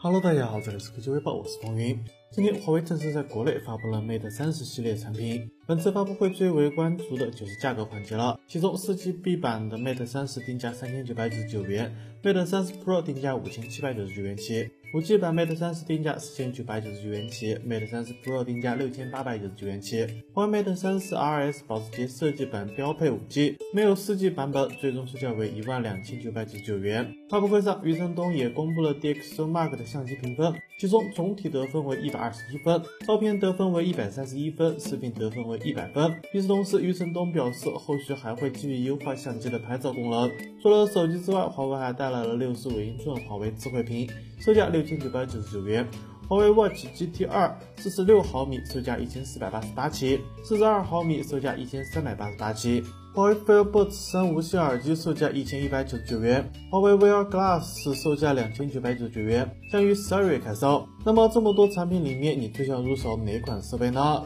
Hello， 大家好，这里是科技微报，我是风云。今天华为正式在国内发布了 Mate 30系列产品。本次发布会最为关注的就是价格环节了，其中 4GB 版的 Mate 30定价3999元 ，Mate 30 Pro 定价5799元起，5G 版 Mate 30定价4999元起 ，Mate 30 Pro 定价6899元起。华为 Mate 30 RS 保时捷设计版标配 5G， 没有 4G 版本，最终售价为12999元。发布会上，余承东也公布了 DxOMark 的相机评分，其中总体得分为121分，照片得分为131分，视频得分为100分。与此同时，余承东表示，后续还会继续优化相机的拍照功能。除了手机之外，华为还带来了65英寸华为智慧屏，售价6999元。华为 Watch GT2 46毫米售价1488起，42毫米售价1388起。华为 FairBuds 3无线耳机售价1199元，华为 VR Glass 售价2999元，将于12月开售。那么这么多产品里面，你最想入手哪款设备呢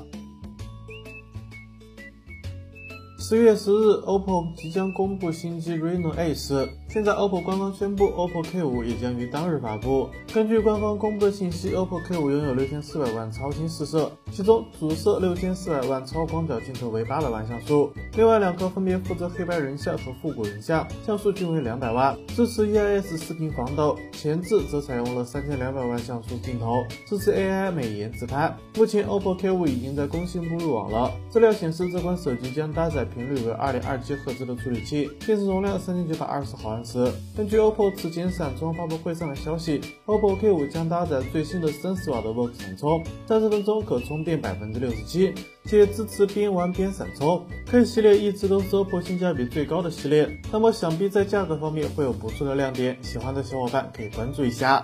？10月10日 ，OPPO 即将公布新机 Reno Ace。现在 OPPO 官方宣布 ，OPPO K5 也将于当日发布。根据官方公布的信息 ，OPPO K5 拥有6400万超清四摄，其中主摄6400万超广角镜头为800万像素，另外两颗分别负责黑白人像和复古人像，像素均为200万，支持 EIS 视频防抖，前置则采用了3200万像素镜头，支持 AI 美颜自拍。目前 OPPO K5 已经在工信部入网了。资料显示，这款手机将搭载频率为 2.27 赫兹的处理器，电池容量3920毫安时。根据 OPPO 此前闪充发布会上的消息， OPPO K5 将搭载最新的30瓦的 VOOC 闪充，30分钟可充电67%，且支持边玩边闪充。K 系列一直都是 OPPO 性价比最高的系列，那么想必在价格方面会有不错的亮点，喜欢的小伙伴可以关注一下。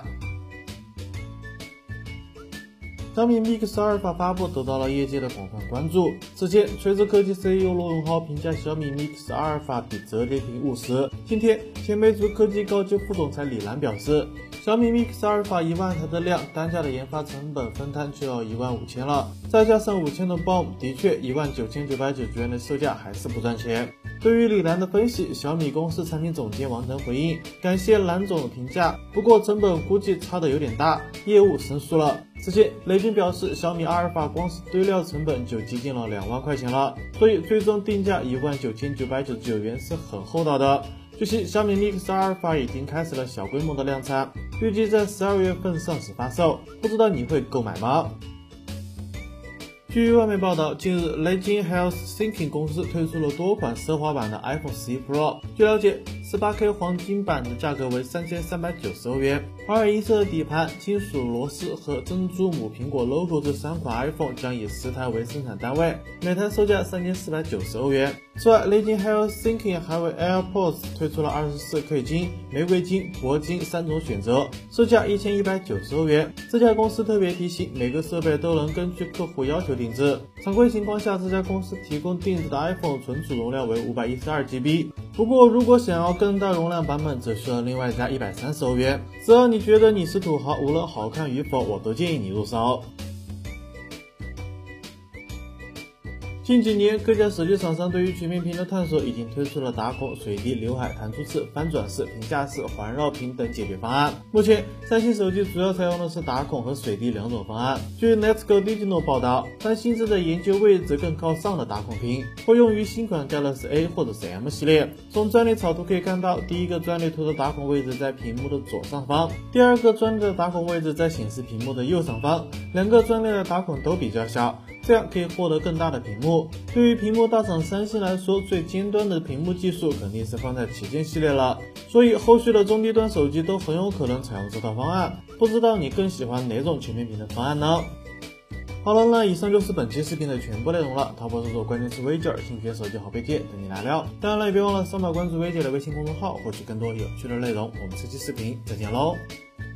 小米 Mix Alpha 发布得到了业界的广泛关注。此前，锤子科技 CEO 罗永浩评价小米 Mix Alpha 比折叠屏务实。今天，前魅族科技高级副总裁李楠表示，小米 Mix Alpha 1万台的量，单价的研发成本分摊就要15000了，再加上5000的 BOM， 的确19999元的售价还是不赚钱。对于李楠的分析，小米公司产品总监王腾回应，感谢蓝总的评价，不过成本估计差的有点大，业务生疏了。此前，雷军表示，小米阿尔法光是堆料成本就接近了2万块钱了，所以最终定价19999元是很厚道的。据悉，小米 Mix Alpha 已经开始了小规模的量产，预计在12月份上市发售，不知道你会购买吗？据外媒报道，近日 Legend Health Thinking 公司推出了多款奢华版的 iPhone 11 Pro。据了解，18K 黄金版的价格为3390欧元，华尔银色的底盘、金属螺丝和珍珠母苹果 logo 这3款 iPhone 将以10台为生产单位，每台售价3490欧元。此外 ，Legend Health Thinking 还为 AirPods 推出了24K 金、玫瑰金、铂金3种选择，售价1190欧元。这家公司特别提醒，每个设备都能根据客户要求定制。常规情况下，这家公司提供定制的 iPhone 存储容量为512GB， 不过如果想要更大容量版本，则需要另外加130欧元。只要你觉得你是土豪，无论好看与否，我都建议你入手。近几年，各家手机厂商对于全面屏的探索已经推出了打孔、水滴、刘海、弹出式、翻转式、屏下式、环绕屏等解决方案。目前，三星手机主要采用的是打孔和水滴2种方案。据 Let's Go Digital 报道，三星正在研究位置更靠上的打孔屏，会用于新款 Galaxy A 或者是 M 系列。从专利草图可以看到，第一个专利图的打孔位置在屏幕的左上方，第二个专利的打孔位置在显示屏幕的右上方，两个专利的打孔都比较小，这样可以获得更大的屏幕。对于屏幕大厂三星来说，最尖端的屏幕技术肯定是放在旗舰系列了，所以后续的中低端手机都很有可能采用这套方案。不知道你更喜欢哪种全面屏的方案呢？好了，那以上就是本期视频的全部内容了。淘宝搜索关键词微姐儿，新学手机好配件等你来聊。当然了，也别忘了扫码关注微姐的微信公众号，获取更多有趣的内容。我们下期视频再见喽。